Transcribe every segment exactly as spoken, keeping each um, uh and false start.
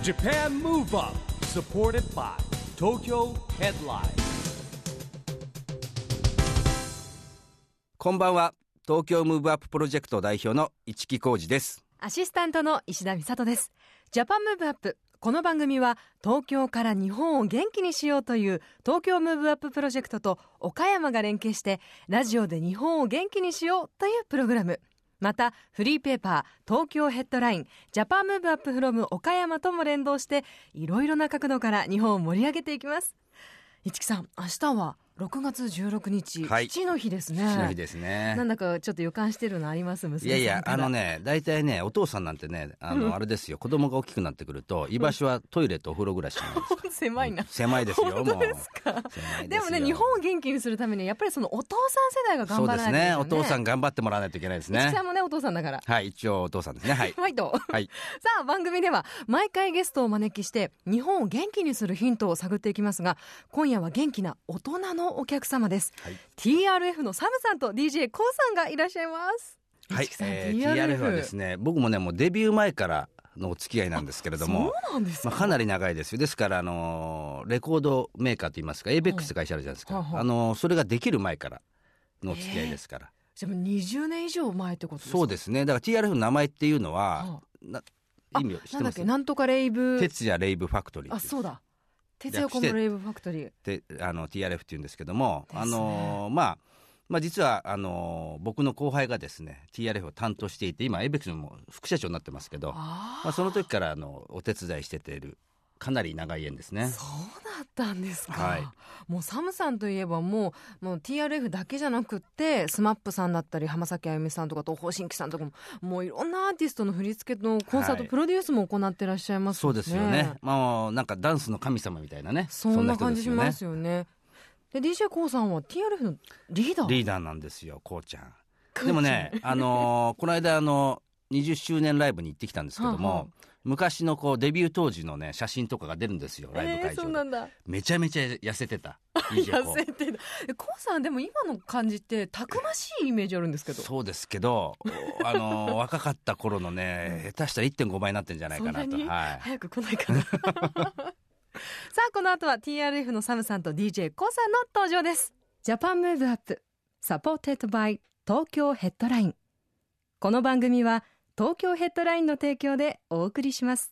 Japan Move Up supported by Tokyo Headline。 こんばんは。東京ムーブアッププロジェクト代表の市木浩司です。 アシスタントの石田美里です。ジャパンムーブアップ、この番組は東京から日本を元気にしようという東京ムーブアッププロジェクトと岡山が連携してラジオで日本を元気にしようというプログラム、またフリーペーパー東京ヘッドラインジャパンムーブアップフロム岡山とも連動していろいろな角度から日本を盛り上げていきます。市木さん、明日はろくがつじゅうろくにち、はい、父の日ですね。 父の日ですね。 なんだかちょっと予感してるのあります？娘さん。 いやいや、あのね、大体ね、お父さんなんてね、あの、あれですよ、子供が大きくなってくると居場所はトイレとお風呂ぐらいしかないですから。 狭いな、 うん、狭いですよ。 本当ですか？ もう狭いですよ。 でもね、日本を元気にするためにやっぱりそのお父さん世代が頑張らないといけない、ね、 そうですね。お父さん頑張ってもらわないといけないですね。 市木さんもね、お父さんだから。 はい、一応お父さんですね。はい。 はいと。 はい。さあ、番組では毎回ゲストをお招きして日本を元気にするヒントを探っていきますが、今夜は元気な大人のお客様です。はい、ティーアールエフ のサムさんと ディージェー コウさんがいらっしゃいます。 はい、えー、ティーアールエフ はですね、僕もね、もうデビュー前からのお付き合いなんですけれども、 そうなんですか。 まあ、かなり長いですよ。ですから、あのー、レコードメーカーといいますか エーベックス って会社あるじゃないですか、はいはい、あのー、それができる前からのお付き合いですから、 えー、じゃあもうにじゅうねん以上前ってことですか？ そうですね。だから ティーアールエフ の名前っていうのは、はあ、な意味を知ってます？ なんだっけ、なんとかレイブ、 徹夜レイブファクトリー。 あ、そうだ、徹夜コムレイブファクトリーで、あの ティーアールエフ って言うんですけども、あのー、まあまあ、実はあのー、僕の後輩がですね ティーアールエフ を担当していて、今エイベックスのも副社長になってますけど、あ、まあ、その時からあのお手伝いしてているかなり長い縁ですね。 そうだったんですか。 はい、 もうサムさんといえばもう、もう ティーアールエフ だけじゃなくってスマップさんだったり浜崎あゆみさんとか東方神起さんとかも、もういろんなアーティストの振り付けのコンサート、はい、プロデュースも行ってらっしゃいますね。 そうですよね。まあ、なんかダンスの神様みたいなね、 そんな感じしますよね。で ディージェー コウさんは ティーアールエフ のリーダーリーダーなんですよ、コウちゃん。でもね、あのー、この間あのにじゅっしゅうねんライブに行ってきたんですけども、はあはあ、昔のこうデビュー当時のね写真とかが出るんですよ、ライブ会場で。えー、そうなんだ。めちゃめちゃ痩せてた。 痩せてた。コウさんでも今の感じってたくましいイメージあるんですけど。 そうですけど、あのー、若かった頃のね下手したら いってんご 倍になってんじゃないかなと。 そんなに、 はい、 早く来ないかな。さあ、この後は ティーアールエフ のサムさんと ディージェー コウさんの登場です。ジャパンムーブアップサポーテッドバイ東京ヘッドライン。この番組は東京ヘッドラインの提供でお送りします。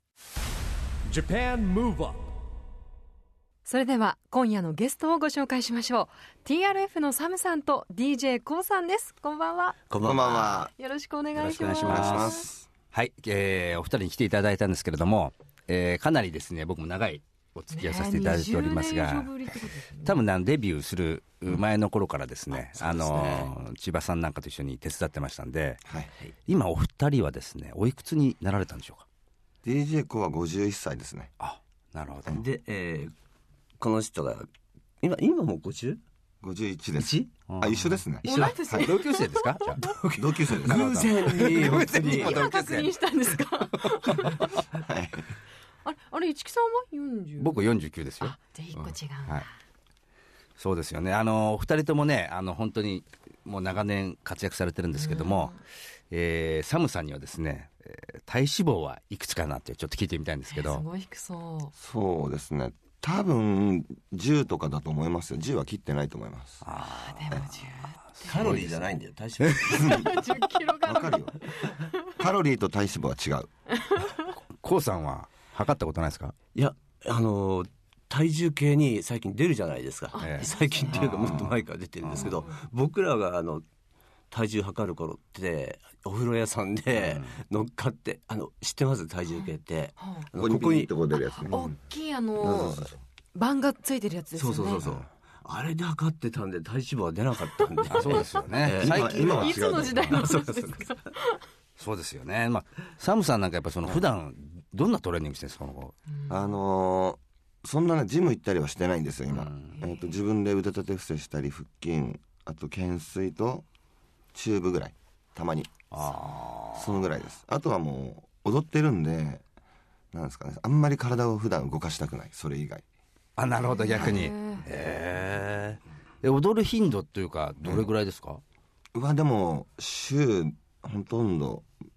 Japan Move Up。 それでは今夜のゲストをご紹介しましょう。 ティーアールエフ のサムさんと ディージェー コウさんです。こんばんは。 こんばんは。 よろしくお願いします。よろしくお願いします。 はい、えー、お二人に来ていただいたんですけれども、えー、かなりですね、僕も長いお付き合いさせていただいておりますが、ね、多分デビューする前の頃からですね、うん、あの千葉さんなんかと一緒に手伝ってましたんで、はい、今お二人はですねおいくつになられたんでしょうか？ ディージェー コはごじゅういっさいですね。 あ、なるほど。 で、えー、この人が今今もう ごじゅう？ ごじゅういちです。あ、一緒ですね。 一緒、はい、同級生ですか？じゃあ同級生です。 偶然に偶然に今確認したんですか？はい。あれ、あれ市木さんはよんじゅう？ 僕よんじゅうきゅうですよ。 あ、じゃあいっこ違うんだ、 うん、はい、そうですよね。あのお二人ともね、あの本当にもう長年活躍されてるんですけども、えー、サムさんにはですね、えー、体脂肪はいくつかなってちょっと聞いてみたいんですけど。 えー、すごい低そう。 そうですね、多分じゅうとかだと思いますよ。じゅうは切ってないと思います。 ああ、でもじゅうカロリーじゃないんだよ、体脂肪。 じゅっキロカロリー。 わかるよ。カロリーと体脂肪は違う。 コウさんは測ったことないですか？ いや、あの体重計に最近出るじゃないですか。最近っていうかもっと前から出てるんですけど、僕らがあの体重測る頃ってお風呂屋さんで乗っかって、あの知ってます？体重計って、 うん、ここにここ出るやつね。 大きいあの番がついてるやつですよね。 そうそうそうそう。あれで測ってたんで体脂肪は出なかったんで。 あ、そうですよね。 えー、最近今は違う。 いつの時代の話ですか？ そうですよね。まあ、サムさんなんかやっぱその普段どんなトレーニングしてるんですか？この子。 あのー、そんなねジム行ったりはしてないんですよ今。えーと自分で腕立て伏せしたり腹筋、あと懸垂とチューブぐらい、たまに。あ、そのぐらいです。あとはもう踊ってるんで、なんですかね、あんまり体を普段動かしたくない、それ以外。 あ、なるほど、逆に。へえ。踊る頻度というかどれぐらいですか？ うん、はでも週ほとんど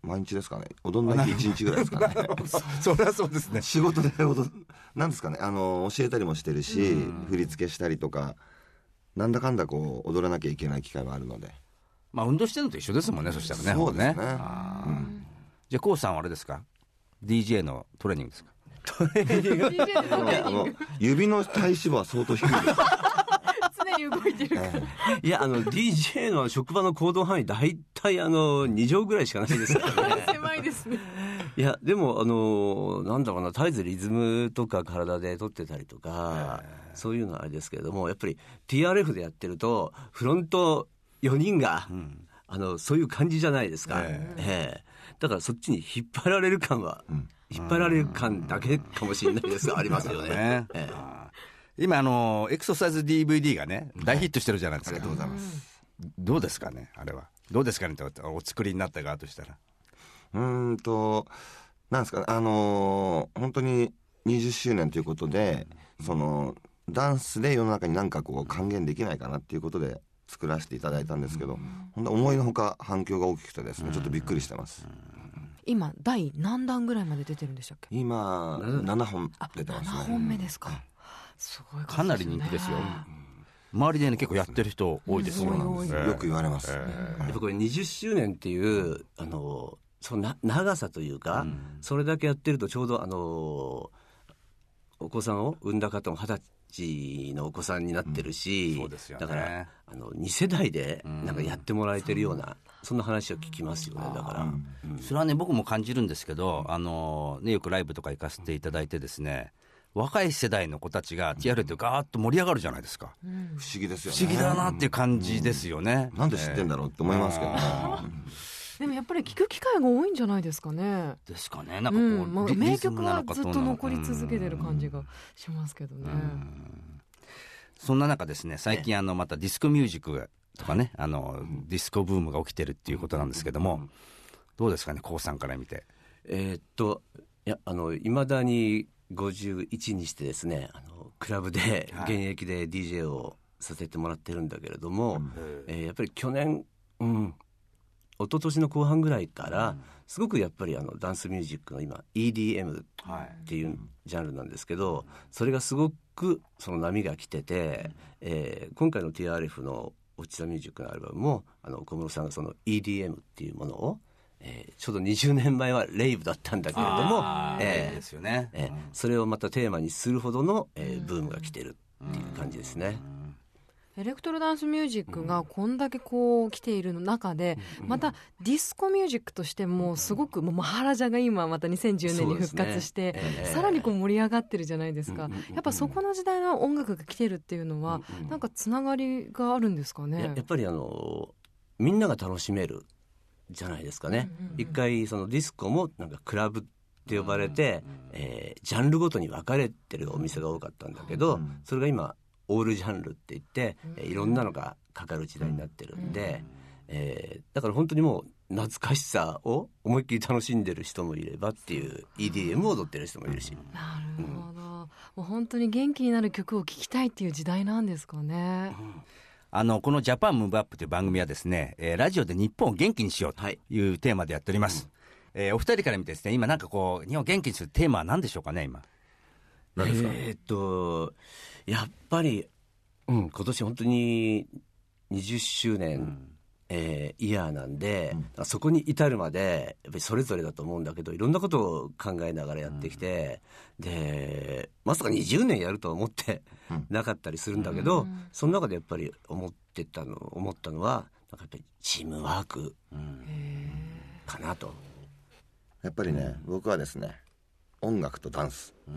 毎日ですかね。踊んない日いちにちぐらいですかね。 それはそうですね。 仕事で踊なんですかね、あの教えたりもしてるし、振り付けしたりとか、なんだかんだこう踊らなきゃいけない機会はあるので。 まあ運動してるのと一緒ですもんね。そしたらね。 そうですね。 あ、うん、じゃあコウさんはあれですか、 ディージェー のトレーニングですか？ トレーニングあの指の体脂肪は相当低いです。 常に動いてるから、 いやあの ディージェー の職場の行動範囲大体あのに畳ぐらいしかないですからね。 狭いですね。 いやでもあのなんだろうな、絶えずリズムとか体で取ってたりとか、そういうのはあれですけれども、やっぱり ティーアールエフ でやってるとフロントよにんが、うん、あのそういう感じじゃないですか、えーえー、だからそっちに引っ張られる感は、うん、引っ張られる感だけかもしれないですがありますよね。えー、 今あのエクササイズ ディーブイディー がね大ヒットしてるじゃないですか。 ありがとうございます。 どうですかね、あれはどうですかね、お作りになった側としたら。 うーんとなんですかね、あのー、本当ににじゅっしゅうねんということで、そのダンスで世の中に何かこう還元できないかなっていうことで作らせていただいたんですけど、本当思いのほか反響が大きくてですね、ちょっとびっくりしてます。 今第何弾ぐらいまで出てるんでしたっけ？ 今ななほん出てますね。 ななほんめですか、うん、すごいですね。 かなり人気ですよ。周りで、ね、結構やってる人多いですよ、 うん、よく言われます、えー、やっぱこれにじゅっしゅうねんっていうあのそのな長さというか、うん、それだけやってるとちょうどあのお子さんを産んだ方も二十歳のお子さんになってるし、うん、そうですよね、だからあのに世代でなんかやってもらえてるような、うん、そんな話を聞きますよね。だから、うんうん、それはね僕も感じるんですけど、あの、ね、よくライブとか行かせていただいてですね、若い世代の子たちが ティーアール でガーッと盛り上がるじゃないですか、うん、 不思議ですよね。 不思議だなっていう感じですよね、 うん、なんで知ってんだろうって思いますけどね、 でもやっぱり聞く機会が多いんじゃないですかね。 ですかね。なんかこう、 うんまあ、名曲がずっと残り続けてる感じがしますけどね。 そんな中ですね、最近あのまたディスコミュージックとかね、あのディスコブームが起きてるっていうことなんですけども、どうですかね、コウさんから見て。 えー、っといやあの未だにごじゅういちにしてですね、あのクラブで現役で ディージェー をさせてもらってるんだけれども、はい、えー、やっぱり去年、うん、一昨年の後半ぐらいからすごくやっぱりあのダンスミュージックの今 イーディーエム っていうジャンルなんですけど、それがすごくその波が来てて、えー、今回の ティーアールエフ の落ちたミュージックのアルバムもあの小室さんがその イーディーエム っていうものをえー、ちょうどにじゅうねんまえはレイブだったんだけれども、えーですよね、えー、それをまたテーマにするほどの、えー、ブームが来てるっていう感じですね。 エレクトロダンスミュージックがこんだけこう来ている中で、またディスコミュージックとしてもすごくもうマハラジャが今またにせんじゅうねんに復活して、ねえー、さらにこう盛り上がってるじゃないですか。やっぱそこの時代の音楽が来てるっていうのはなんかつながりがあるんですかね。 や, やっぱりあのみんなが楽しめるじゃないですかね、うんうんうん、一回そのディスコもなんかクラブって呼ばれて、うんうん、えー、ジャンルごとに分かれてるお店が多かったんだけど、うん、それが今オールジャンルって言って、うん、いろんなのがかかる時代になってるんで、うん、えー、だから本当にもう懐かしさを思いっきり楽しんでる人もいればっていう イーディーエム を踊ってる人もいるし、 なるほど、うん、もう本当に元気になる曲を聴きたいっていう時代なんですかね、うん。 あのこのジャパンムーブアップという番組はですね、えー、ラジオで日本を元気にしようというテーマでやっております、はい、えー、お二人から見てですね、今なんかこう日本を元気にするテーマは何でしょうかね。今何ですか。えー、っとやっぱり、うん、今年本当ににじゅっしゅうねん、うん、えー、イヤーなんで、うん、そこに至るまでやっぱりそれぞれだと思うんだけど、いろんなことを考えながらやってきて、うん、でまさかにじゅうねんやるとは思ってなかったりするんだけど、うん、その中でやっぱり思ってたの思ったのはなんかやっぱりチームワークかなと。 やっぱりね、僕はですね、音楽とダンス、うん、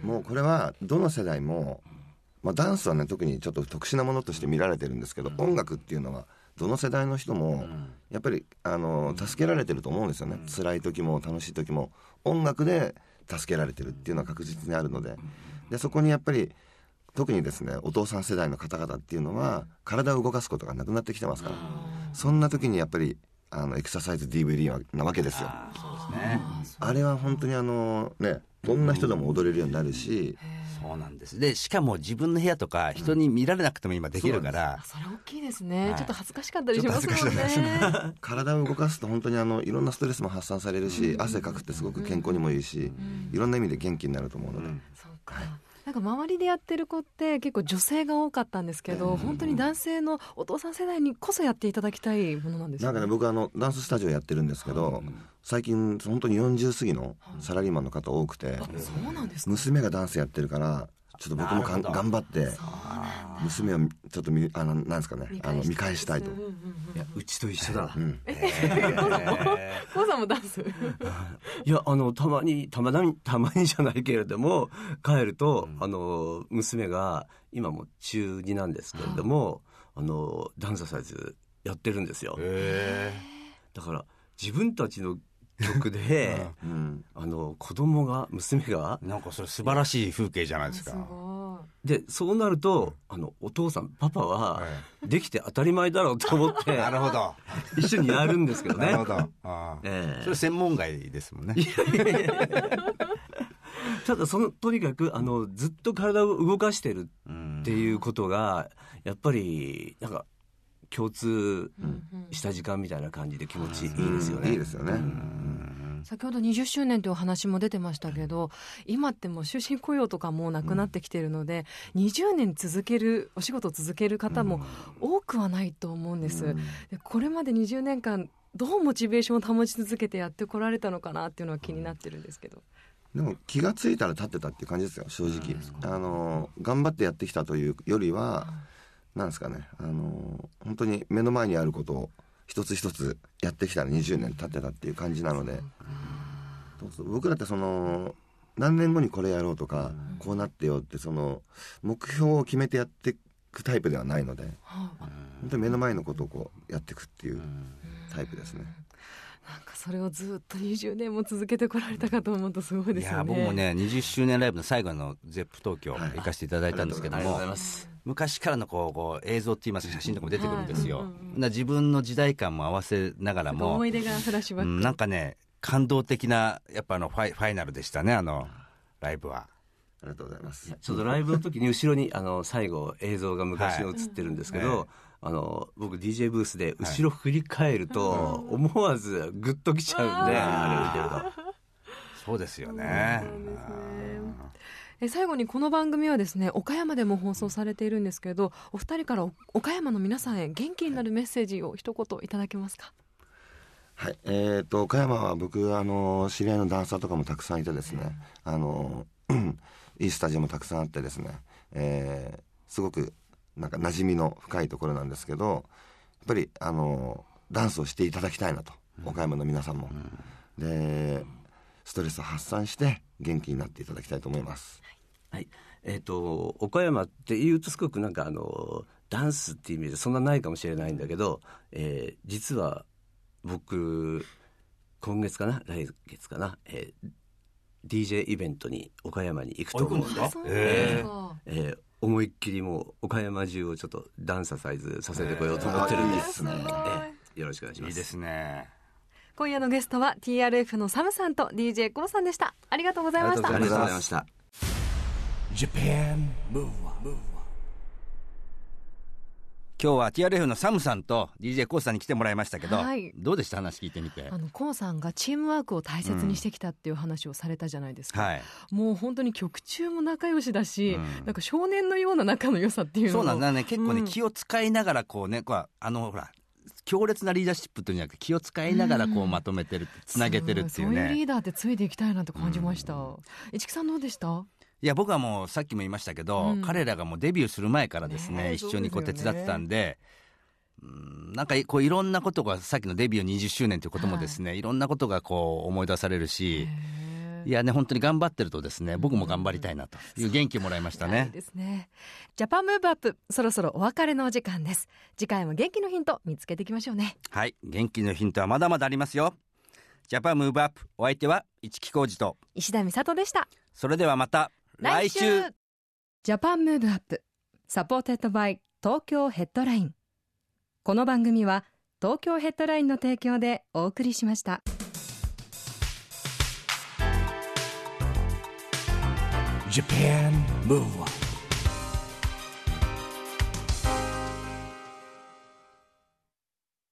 もうこれはどの世代も、まあ、ダンスはね特にちょっと特殊なものとして見られてるんですけど、うん、音楽っていうのはどの世代の人もやっぱりあの助けられてると思うんですよね、うん、辛い時も楽しい時も音楽で助けられてるっていうのは確実にあるので、でそこにやっぱり特にですねお父さん世代の方々っていうのは体を動かすことがなくなってきてますから、そんな時にやっぱりあのエクササイズ ディーブイディー なわけですよ。 あ, そうですね、あれは本当にあのねどんな人でも踊れるようになるし、 そうなんです。でしかも自分の部屋とか人に見られなくても今できるから、 うん、それ大きいですね、はい、ちょっと恥ずかしかったりしますもんね。 体を動かすと本当にあのいろんなストレスも発散されるし、汗かくってすごく健康にもいいし、いろんな意味で元気になると思うので、うん、 そうか、なんか周りでやってる子って結構女性が多かったんですけど、うん、本当に男性のお父さん世代にこそやっていただきたいものなんですよね。 なんかね、僕はあのダンススタジオやってるんですけど、うん、最近本当によんじゅう過ぎのサラリーマンの方多くて、 うん、そうなんですか。 娘がダンスやってるからちょっと僕もかん頑張って娘をちょっと見あのなんですかね、あの見返したいと。 いやうちと一緒だ。 コウさんもダンスいやあのたまにたまにたまにじゃないけれども帰ると、うん、あの娘が今も中になんですけれども、あのダンササイズやってるんですよ。だから自分たちの曲で、うん、あの子供が娘がなんかそれ素晴らしい風景じゃないですか。 でそうなるとあのお父さんパパはできて当たり前だろうと思ってなるほど一緒にやるんですけどね。 なるほど、あ、えー、それ専門外ですもんね。いやいやいやただそのとにかくあのずっと体を動かしてるっていうことがやっぱりなんか共通した時間みたいな感じで気持ちいいですよね。 いいですよね。 先ほどにじゅっしゅうねんというお話も出てましたけど、今ってもう終身雇用とかもなくなってきているので、うん、にじゅうねん続けるお仕事を続ける方も多くはないと思うんです、うん、でこれまでにじゅうねんかんどうモチベーションを保ち続けてやってこられたのかなっていうのは気になってるんですけど。 でも気がついたら立ってたっていう感じですよ正直、うん、あの頑張ってやってきたというよりは、うん、なんですかね、あの本当に目の前にあることを一つ一つやってきたらにじゅうねん経ってたっていう感じなので、うん、僕らってその何年後にこれやろうとか、うん、こうなってよってその目標を決めてやっていくタイプではないので、うん、本当に目の前のことをこうやっていくっていうタイプですね。 なんかそれをずっとにじゅうねんも続けてこられたかと思うとすごいですよね。 いや僕もねにじゅっしゅうねんライブの最後のゼップ東京行かせていただいたんですけども、はい、昔からのこうこう映像って言いますか写真とかも出てくるんですよ、はい、うんうん、自分の時代感も合わせながらも思い出がフラッシュバック、 うん、なんかね感動的なやっぱあのファイ、ファイナルでしたね、あのライブは。 ありがとうございます。 ちょっとライブの時に後ろにあの最後映像が昔の映ってるんですけど、はい、あの僕 ディージェー ブースで後ろ振り返ると思わずグッときちゃうんで、あれ見てると。 そうですよね。 え最後にこの番組はですね岡山でも放送されているんですけど、お二人から岡山の皆さんへ元気になるメッセージを一言いただけますか。 はい、えー、と岡山は僕あの知り合いのダンサーとかもたくさんいてですね、あのいいスタジオもたくさんあってですね、えー、すごくなんか馴染みの深いところなんですけど、やっぱりあのダンスをしていただきたいなと、うん、岡山の皆さんも、うん、でストレスを発散して元気になっていただきたいと思います。 はい、えー、と岡山っていうとすごくなんかあのダンスっていう意味でそんなないかもしれないんだけど、えー、実は僕今月かな来月かな、えー、ディージェー イベントに岡山に行くと思うんで、えーえー、思いっきりもう岡山中をちょっとダンササイズさせてこようと思ってるんです、えーえー、よろしくお願いします。 いいですね。 今夜のゲストは ティーアールエフ のサムさんと ディージェー コウさんでした。ありがとうございました。 ありがとうございました。 Japan Move Up。 今日は ティーアールエフ のサムさんと ディージェー コウさんに来てもらいましたけど、 はい、 どうでした話聞いてみて。 あのコウさんがチームワークを大切にしてきたっていう話をされたじゃないですか、 うん、はい、 もう本当に曲中も仲良しだし、うん、なんか少年のような仲の良さっていうのをそうなんだね、結構ね、うん、気を使いながらこうねこうあのほら強烈なリーダーシップというんじゃなくて気を使いながらこうまとめてる、うん、つなげてるっていうね、 そういうリーダーってついていきたいなと感じました、うん、市木さんどうでした？ いや僕はもうさっきも言いましたけど、うん、彼らがもうデビューする前からですね、ね、一緒にこう手伝ってたんで、うん、なんかこういろんなことがさっきのデビューにじゅっしゅうねんということもですね、はい、いろんなことがこう思い出されるし、いやね本当に頑張ってるとですね僕も頑張りたいなという元気もらいましたね。 いいですね。ジャパンムーブアップ、そろそろお別れのお時間です。次回も元気のヒント見つけていきましょうね。 はい、元気のヒントはまだまだありますよ。ジャパンムーブアップ、お相手は市木浩二と石田美里でした。 それではまた来週。 ジャパンムーブアップサポーテッドバイ東京ヘッドライン。この番組は東京ヘッドラインの提供でお送りしました。 Japan Move Up